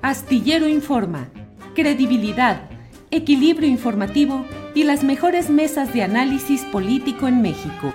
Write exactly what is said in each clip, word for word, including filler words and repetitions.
Astillero Informa, credibilidad, equilibrio informativo y las mejores mesas de análisis político en México.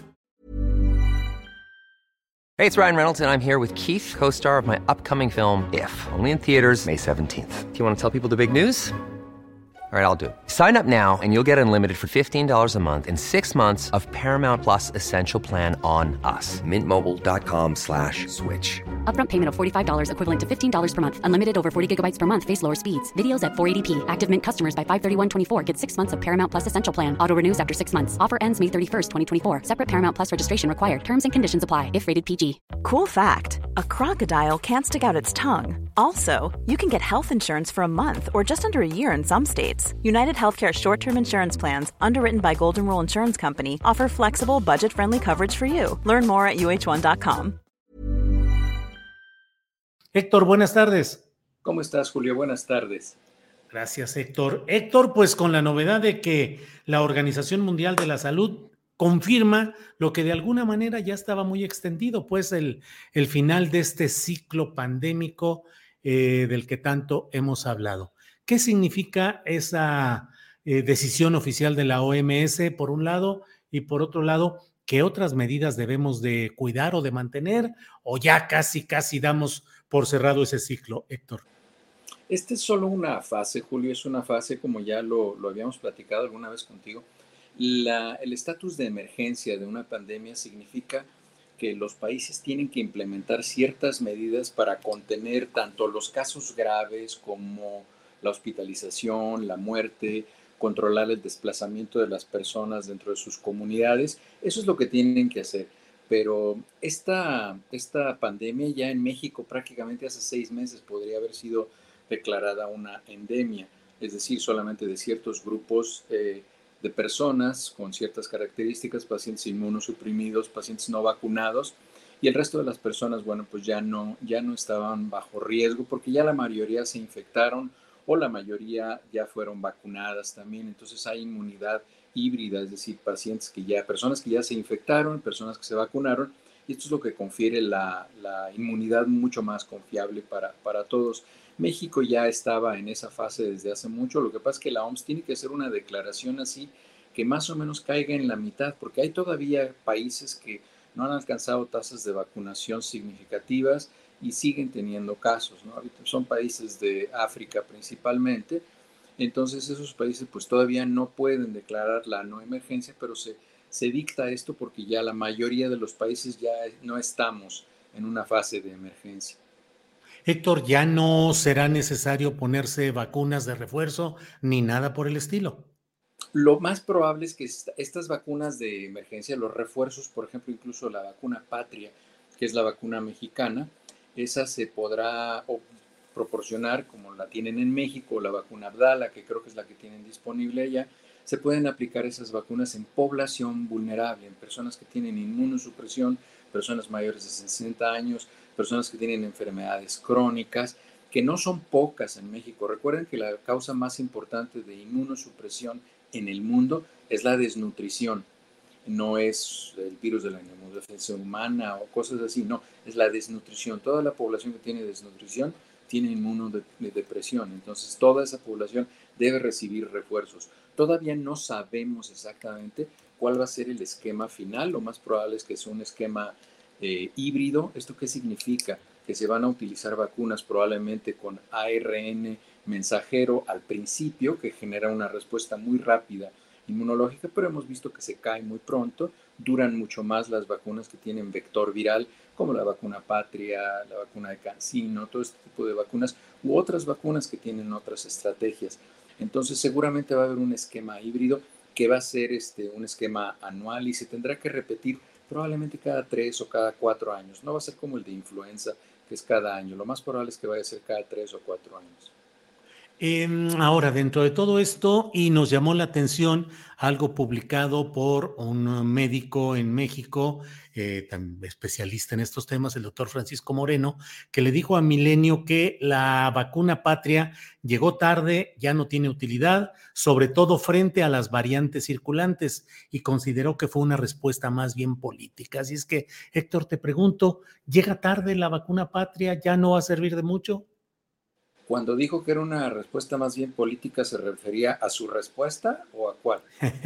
Hey, it's Ryan Reynolds, and I'm here with Keith, co-star of my upcoming film, If, only in theaters May seventeenth. Do you want to tell people the big news? All right, I'll do it. Sign up now and you'll get unlimited for fifteen dollars a month and six months of Paramount Plus Essential Plan on us. Mint Mobile dot com slash switch. Upfront payment of forty-five dollars equivalent to fifteen dollars per month. Unlimited over forty gigabytes per month. Face lower speeds. Videos at four eighty p. Active Mint customers by five thirty-one twenty-four get six months of Paramount Plus Essential Plan. Auto renews after six months. Offer ends May thirty-first, twenty twenty-four. Separate Paramount Plus registration required. Terms and conditions apply if rated P G. Cool fact, a crocodile can't stick out its tongue. Also, you can get health insurance for a month or just under a year in some states. United Healthcare short-term insurance plans, underwritten by Golden Rule Insurance Company, offer flexible, budget-friendly coverage for you. Learn more at U H one dot com. Héctor, buenas tardes. ¿Cómo estás, Julio? Buenas tardes. Gracias, Héctor. Héctor, pues con la novedad de que la Organización Mundial de la Salud confirma lo que de alguna manera ya estaba muy extendido, pues el, el final de este ciclo pandémico eh, del que tanto hemos hablado. ¿Qué significa esa eh, decisión oficial de la O M S, por un lado, y por otro lado, qué otras medidas debemos de cuidar o de mantener, o ya casi, casi damos por cerrado ese ciclo, Héctor? Esta es solo una fase, Julio, es una fase como ya lo, lo habíamos platicado alguna vez contigo. La, el estatus de emergencia de una pandemia significa que los países tienen que implementar ciertas medidas para contener tanto los casos graves como la hospitalización, la muerte, controlar el desplazamiento de las personas dentro de sus comunidades. Eso es lo que tienen que hacer. Pero esta, esta pandemia ya en México prácticamente hace seis meses podría haber sido declarada una endemia, es decir, solamente de ciertos grupos eh, de personas con ciertas características, pacientes inmunosuprimidos, pacientes no vacunados, y el resto de las personas, bueno, pues ya no, ya no estaban bajo riesgo porque ya la mayoría se infectaron o la mayoría ya fueron vacunadas también. Entonces hay inmunidad híbrida, es decir, pacientes que ya, personas que ya se infectaron, personas que se vacunaron, y esto es lo que confiere la, la inmunidad mucho más confiable para, para todos. México ya estaba en esa fase desde hace mucho. Lo que pasa es que la O M S tiene que hacer una declaración así que más o menos caiga en la mitad, porque hay todavía países que no han alcanzado tasas de vacunación significativas y siguen teniendo casos, ¿no? Son países de África principalmente. Entonces esos países pues todavía no pueden declarar la no emergencia, pero se, se dicta esto porque ya la mayoría de los países ya no estamos en una fase de emergencia. Héctor, ¿ya no será necesario ponerse vacunas de refuerzo ni nada por el estilo? Lo más probable es que esta, estas vacunas de emergencia, los refuerzos, por ejemplo, incluso la vacuna Patria, que es la vacuna mexicana, esa se podrá proporcionar como la tienen en México, la vacuna Abdala, que creo que es la que tienen disponible allá. Se pueden aplicar esas vacunas en población vulnerable, en personas que tienen inmunosupresión, personas mayores de sesenta años, personas que tienen enfermedades crónicas, que no son pocas en México. Recuerden que la causa más importante de inmunosupresión en el mundo es la desnutrición. No es el virus de la inmunodeficiencia humana o cosas así, no, es la desnutrición. Toda la población que tiene desnutrición tiene inmunodepresión, entonces toda esa población debe recibir refuerzos. Todavía no sabemos exactamente cuál va a ser el esquema final. Lo más probable es que sea un esquema eh, híbrido. ¿Esto qué significa? Que se van a utilizar vacunas probablemente con A R N mensajero al principio, que genera una respuesta muy rápida inmunológica, pero hemos visto que se cae muy pronto. Duran mucho más las vacunas que tienen vector viral, como la vacuna Patria, la vacuna de CanSino, todo este tipo de vacunas, u otras vacunas que tienen otras estrategias. Entonces seguramente va a haber un esquema híbrido que va a ser este, un esquema anual y se tendrá que repetir probablemente cada tres o cada cuatro años. No va a ser como el de influenza, que es cada año. Lo más probable es que vaya a ser cada tres o cuatro años. Eh, ahora, dentro de todo esto, y nos llamó la atención algo publicado por un médico en México, eh, especialista en estos temas, el doctor Francisco Moreno, que le dijo a Milenio que la vacuna Patria llegó tarde, ya no tiene utilidad, sobre todo frente a las variantes circulantes, y consideró que fue una respuesta más bien política. Así es que, Héctor, te pregunto, ¿llega tarde la vacuna Patria? ¿Ya no va a servir de mucho? Cuando dijo que era una respuesta más bien política, ¿se refería a su respuesta o a cuál?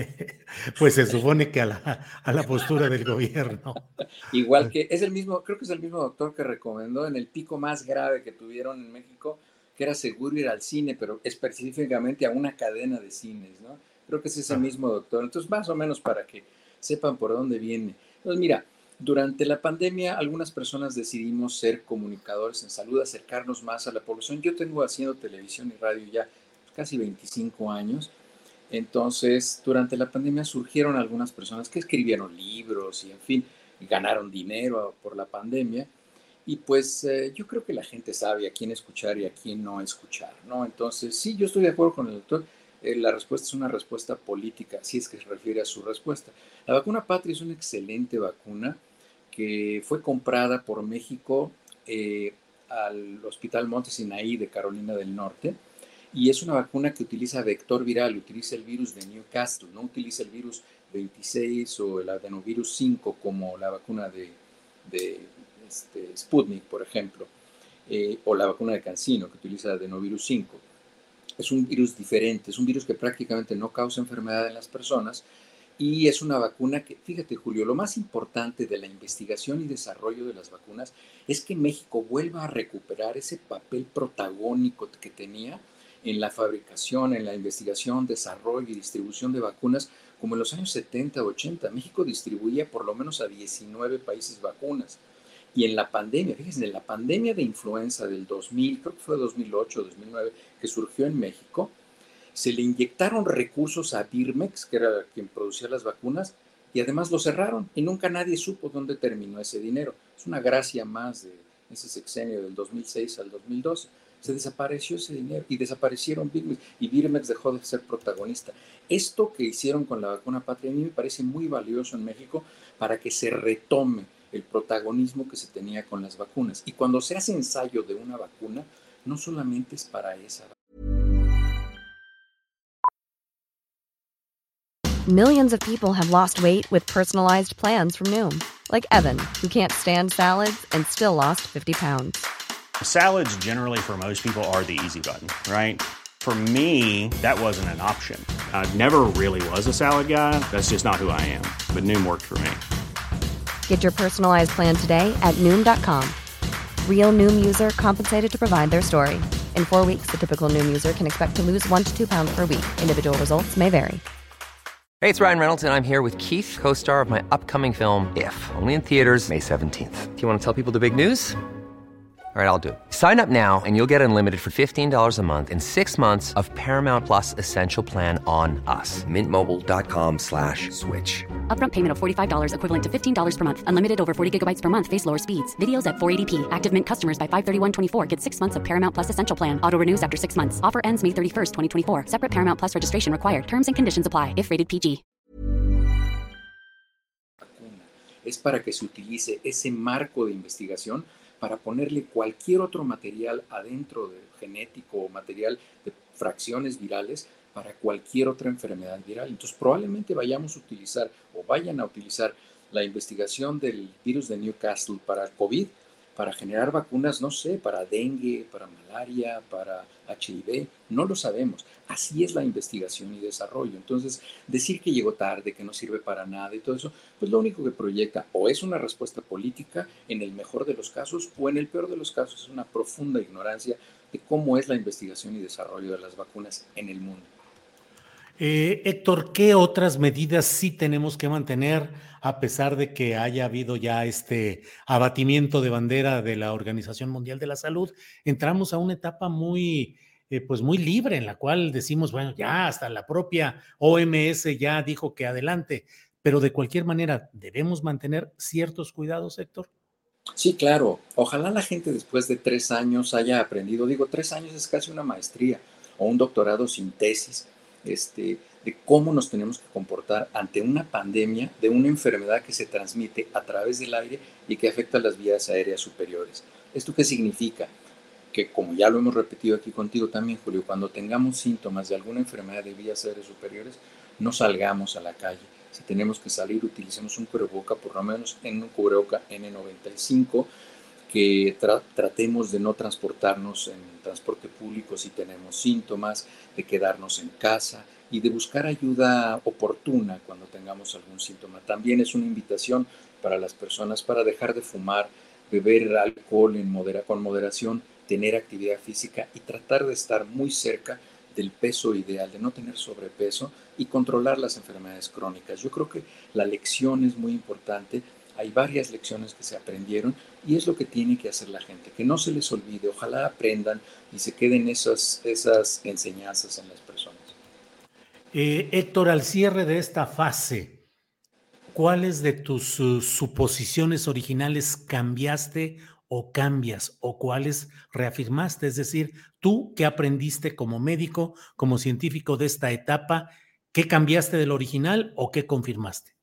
Pues se supone que a la, a la postura del gobierno. Igual que es el mismo, creo que es el mismo doctor que recomendó en el pico más grave que tuvieron en México, que era seguro ir al cine, pero específicamente a una cadena de cines, ¿no? Creo que es ese mismo doctor. Entonces, más o menos para que sepan por dónde viene. Entonces, mira, durante la pandemia algunas personas decidimos ser comunicadores en salud, acercarnos más a la población. Yo tengo haciendo televisión y radio ya casi veinticinco años. Entonces, durante la pandemia surgieron algunas personas que escribieron libros y, en fin, ganaron dinero por la pandemia. Y pues eh, yo creo que la gente sabe a quién escuchar y a quién no escuchar, ¿no? Entonces, sí, yo estoy de acuerdo con el doctor. Eh, la respuesta es una respuesta política, si es que se refiere a su respuesta. La vacuna Patria es una excelente vacuna que fue comprada por México eh, al Hospital Monte Sinaí de Carolina del Norte. Y es una vacuna que utiliza vector viral, utiliza el virus de Newcastle, no utiliza el virus veintiséis o el adenovirus cinco como la vacuna de, de este, Sputnik, por ejemplo, eh, o la vacuna de CanSino, que utiliza el adenovirus cinco. Es un virus diferente, es un virus que prácticamente no causa enfermedad en las personas y es una vacuna que, fíjate Julio, lo más importante de la investigación y desarrollo de las vacunas es que México vuelva a recuperar ese papel protagónico que tenía en la fabricación, en la investigación, desarrollo y distribución de vacunas, como en los años setenta, ochenta. México distribuía por lo menos a diecinueve países vacunas. Y en la pandemia, fíjense, en la pandemia de influenza del dos mil, creo que fue dos mil ocho, dos mil nueve, que surgió en México, se le inyectaron recursos a Birmex, que era quien producía las vacunas, y además lo cerraron y nunca nadie supo dónde terminó ese dinero. Es una gracia más de ese sexenio del dos mil seis al dos mil doce. Se desapareció ese dinero y desaparecieron Birmex y Birmex dejó de ser protagonista. Esto que hicieron con la vacuna Patria a mí me parece muy valioso en México para que se retome el protagonismo que se tenía con las vacunas. Y cuando se hace ensayo de una vacuna, no solamente es para esa. Millions of people have lost weight with personalized plans from Noom, like Evan, who can't stand salads and still lost fifty pounds. Salads generally for most people are the easy button, right? For me, that wasn't an option. I never really was a salad guy. That's just not who I am. But Noom worked for me. Get your personalized plan today at Noom dot com. Real Noom user compensated to provide their story. In four weeks, the typical Noom user can expect to lose one to two pounds per week. Individual results may vary. Hey, it's Ryan Reynolds, and I'm here with Keith, co-star of my upcoming film, If, only in theaters May seventeenth. Do you want to tell people the big news? All right, I'll do it. Sign up now and you'll get unlimited for fifteen dollars a month and six months of Paramount Plus Essential Plan on us. Mint Mobile dot com slash switch. Upfront payment of forty-five dollars equivalent to fifteen dollars per month. Unlimited over forty gigabytes per month. Face lower speeds. Videos at four eighty p. Active Mint customers by five thirty-one twenty-four get six months of Paramount Plus Essential Plan. Auto renews after six months. Offer ends May thirty-first, twenty twenty-four. Separate Paramount Plus registration required. Terms and conditions apply if rated P G. Es para que se utilice ese marco de investigación para ponerle cualquier otro material adentro de genético o material de fracciones virales para cualquier otra enfermedad viral. Entonces probablemente vayamos a utilizar o vayan a utilizar la investigación del virus de Newcastle para COVID, para generar vacunas, no sé, para dengue, para malaria, para H I V, no lo sabemos. Así es la investigación y desarrollo. Entonces, decir que llegó tarde, que no sirve para nada y todo eso, pues lo único que proyecta o es una respuesta política en el mejor de los casos o en el peor de los casos es una profunda ignorancia de cómo es la investigación y desarrollo de las vacunas en el mundo. Eh, Héctor, ¿qué otras medidas sí tenemos que mantener a pesar de que haya habido ya este abatimiento de bandera de la Organización Mundial de la Salud? Entramos a una etapa muy, eh, pues muy libre en la cual decimos, bueno, ya hasta la propia O M S ya dijo que adelante, pero de cualquier manera debemos mantener ciertos cuidados, Héctor. Sí, claro. Ojalá la gente después de tres años haya aprendido, digo, tres años es casi una maestría o un doctorado sin tesis. Este, de cómo nos tenemos que comportar ante una pandemia de una enfermedad que se transmite a través del aire y que afecta a las vías aéreas superiores. ¿Esto qué significa? Que como ya lo hemos repetido aquí contigo también, Julio, cuando tengamos síntomas de alguna enfermedad de vías aéreas superiores, no salgamos a la calle. Si tenemos que salir, utilicemos un cubreboca, por lo menos en un cubreboca N noventa y cinco, que tra- tratemos de no transportarnos en transporte público si tenemos síntomas, de quedarnos en casa y de buscar ayuda oportuna cuando tengamos algún síntoma. También es una invitación para las personas para dejar de fumar, beber alcohol en modera- con moderación, tener actividad física y tratar de estar muy cerca del peso ideal, de no tener sobrepeso y controlar las enfermedades crónicas. Yo creo que la lección es muy importante. Hay varias lecciones que se aprendieron y es lo que tiene que hacer la gente, que no se les olvide, ojalá aprendan y se queden esas, esas enseñanzas en las personas. Eh, Héctor, al cierre de esta fase, ¿cuáles de tus uh, suposiciones originales cambiaste o cambias o cuáles reafirmaste? Es decir, tú, ¿qué aprendiste como médico, como científico de esta etapa? ¿Qué cambiaste del original o qué confirmaste?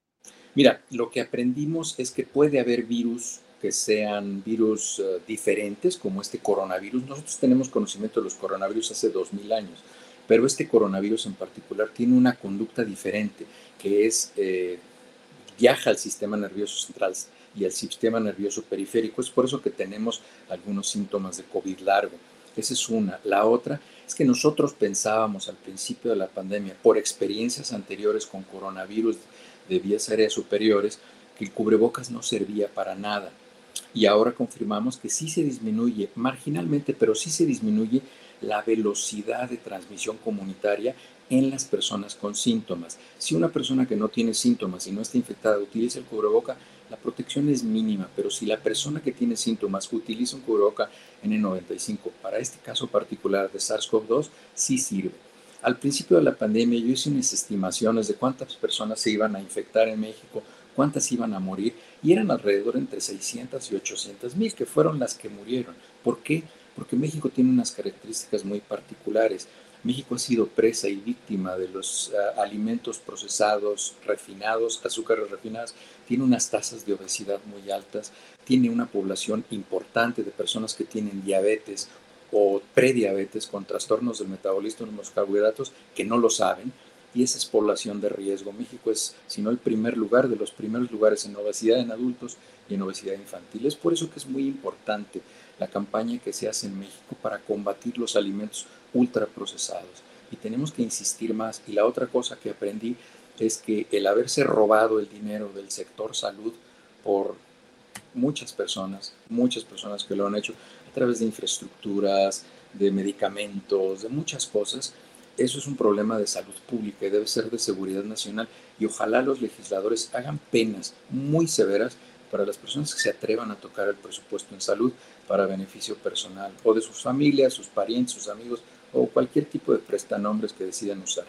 Mira, lo que aprendimos es que puede haber virus que sean virus uh, diferentes, como este coronavirus. Nosotros tenemos conocimiento de los coronavirus hace dos mil años, pero este coronavirus en particular tiene una conducta diferente, que es eh, viaja al sistema nervioso central y al sistema nervioso periférico. Es por eso que tenemos algunos síntomas de COVID largo. Esa es una. La otra es que nosotros pensábamos al principio de la pandemia, por experiencias anteriores con coronavirus de vías aéreas superiores, que el cubrebocas no servía para nada. Y ahora confirmamos que sí se disminuye, marginalmente, pero sí se disminuye la velocidad de transmisión comunitaria en las personas con síntomas. Si una persona que no tiene síntomas y no está infectada utiliza el cubreboca, la protección es mínima, pero si la persona que tiene síntomas utiliza un cubreboca N noventa y cinco, para este caso particular de SARS-CoV dos, sí sirve. Al principio de la pandemia yo hice unas estimaciones de cuántas personas se iban a infectar en México, cuántas iban a morir, y eran alrededor entre seiscientas y ochocientas mil, que fueron las que murieron. ¿Por qué? Porque México tiene unas características muy particulares. México ha sido presa y víctima de los uh, alimentos procesados, refinados, azúcares refinadas, tiene unas tasas de obesidad muy altas, tiene una población importante de personas que tienen diabetes o prediabetes con trastornos del metabolismo de los carbohidratos que no lo saben, y esa es población de riesgo. México es, si no el primer lugar, de los primeros lugares en obesidad en adultos y en obesidad infantil. Es por eso que es muy importante la campaña que se hace en México para combatir los alimentos ultraprocesados. Y tenemos que insistir más. Y la otra cosa que aprendí es que el haberse robado el dinero del sector salud por muchas personas, muchas personas que lo han hecho a través de infraestructuras, de medicamentos, de muchas cosas, eso es un problema de salud pública y debe ser de seguridad nacional. Y ojalá los legisladores hagan penas muy severas para las personas que se atrevan a tocar el presupuesto en salud para beneficio personal o de sus familias, sus parientes, sus amigos o cualquier tipo de prestanombres que decidan usar.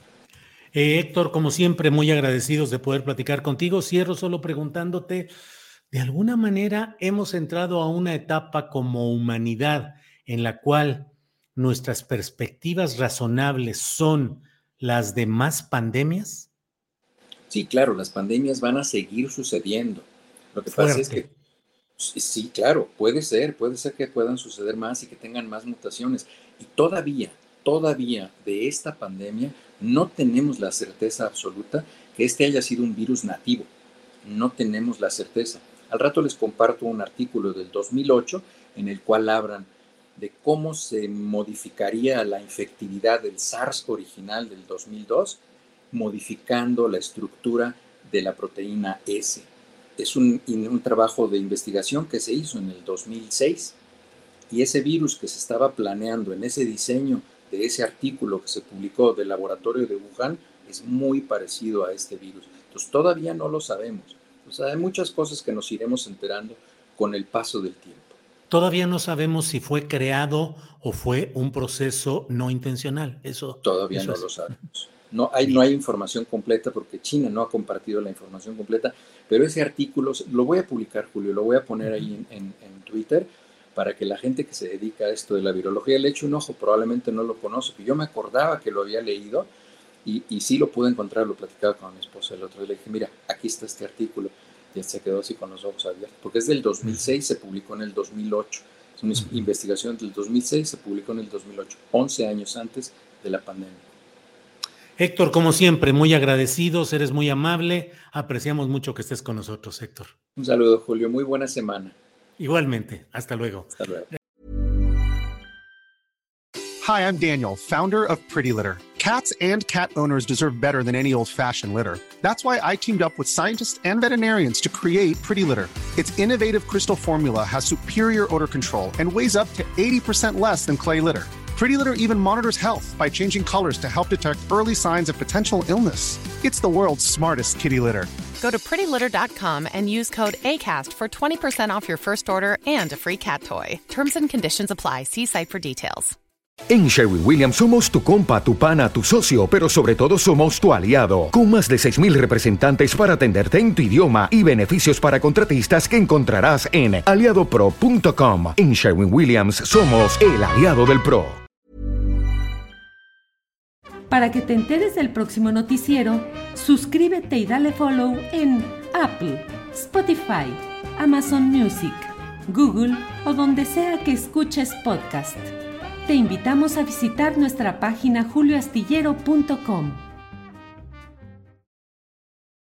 Eh, Héctor, como siempre, muy agradecidos de poder platicar contigo. Cierro solo preguntándote, de alguna manera hemos entrado a una etapa como humanidad en la cual nuestras perspectivas razonables son las de más pandemias. Sí, claro, las pandemias van a seguir sucediendo. Lo que pasa es que, Fuerte. sí, claro, puede ser, puede ser que puedan suceder más y que tengan más mutaciones. Y todavía, todavía de esta pandemia no tenemos la certeza absoluta que este haya sido un virus nativo. No tenemos la certeza. Al rato les comparto un artículo del dos mil ocho en el cual hablan de cómo se modificaría la infectividad del SARS original del dos mil dos, modificando la estructura de la proteína S. Es un, un trabajo de investigación que se hizo en el dos mil seis, y ese virus que se estaba planeando en ese diseño de ese artículo que se publicó del laboratorio de Wuhan es muy parecido a este virus. Entonces todavía no lo sabemos. O sea, hay muchas cosas que nos iremos enterando con el paso del tiempo. Todavía no sabemos si fue creado o fue un proceso no intencional. Eso Todavía eso no es. lo sabemos. No hay, no hay información completa porque China no ha compartido la información completa, pero ese artículo lo voy a publicar, Julio, lo voy a poner ahí en, en, en Twitter para que la gente que se dedica a esto de la virología le eche un ojo. Probablemente no lo conoce, pero yo me acordaba que lo había leído y, y sí lo pude encontrar, lo platicaba con mi esposa el otro día. Le dije, mira, aquí está este artículo. Y se quedó así con los ojos abiertos, porque es del dos mil seis, se publicó en el dos mil ocho. Es una uh-huh. investigación del dos mil seis, se publicó en el dos mil ocho, once años antes de la pandemia. Héctor, como siempre, muy agradecidos, eres muy amable, apreciamos mucho que estés con nosotros, Héctor. Un saludo, Julio, muy buena semana. Igualmente, hasta luego. Hasta luego. Hi, I'm Daniel, founder of Pretty Litter. Cats and cat owners deserve better than any old-fashioned litter. That's why I teamed up with scientists and veterinarians to create Pretty Litter. Its innovative crystal formula has superior odor control and weighs up to eighty percent less than clay litter. Pretty Litter even monitors health by changing colors to help detect early signs of potential illness. It's the world's smartest kitty litter. Go to pretty litter dot com and use code ACAST for twenty percent off your first order and a free cat toy. Terms and conditions apply. See site for details. En Sherwin-Williams somos tu compa, tu pana, tu socio, pero sobre todo somos tu aliado, con más de seis mil representantes para atenderte en tu idioma y beneficios para contratistas que encontrarás en aliado pro punto com. En Sherwin-Williams somos el aliado del pro. Para que te enteres del próximo noticiero, suscríbete y dale follow en Apple, Spotify, Amazon Music, Google o donde sea que escuches podcast. Te invitamos a visitar nuestra página julio astillero punto com.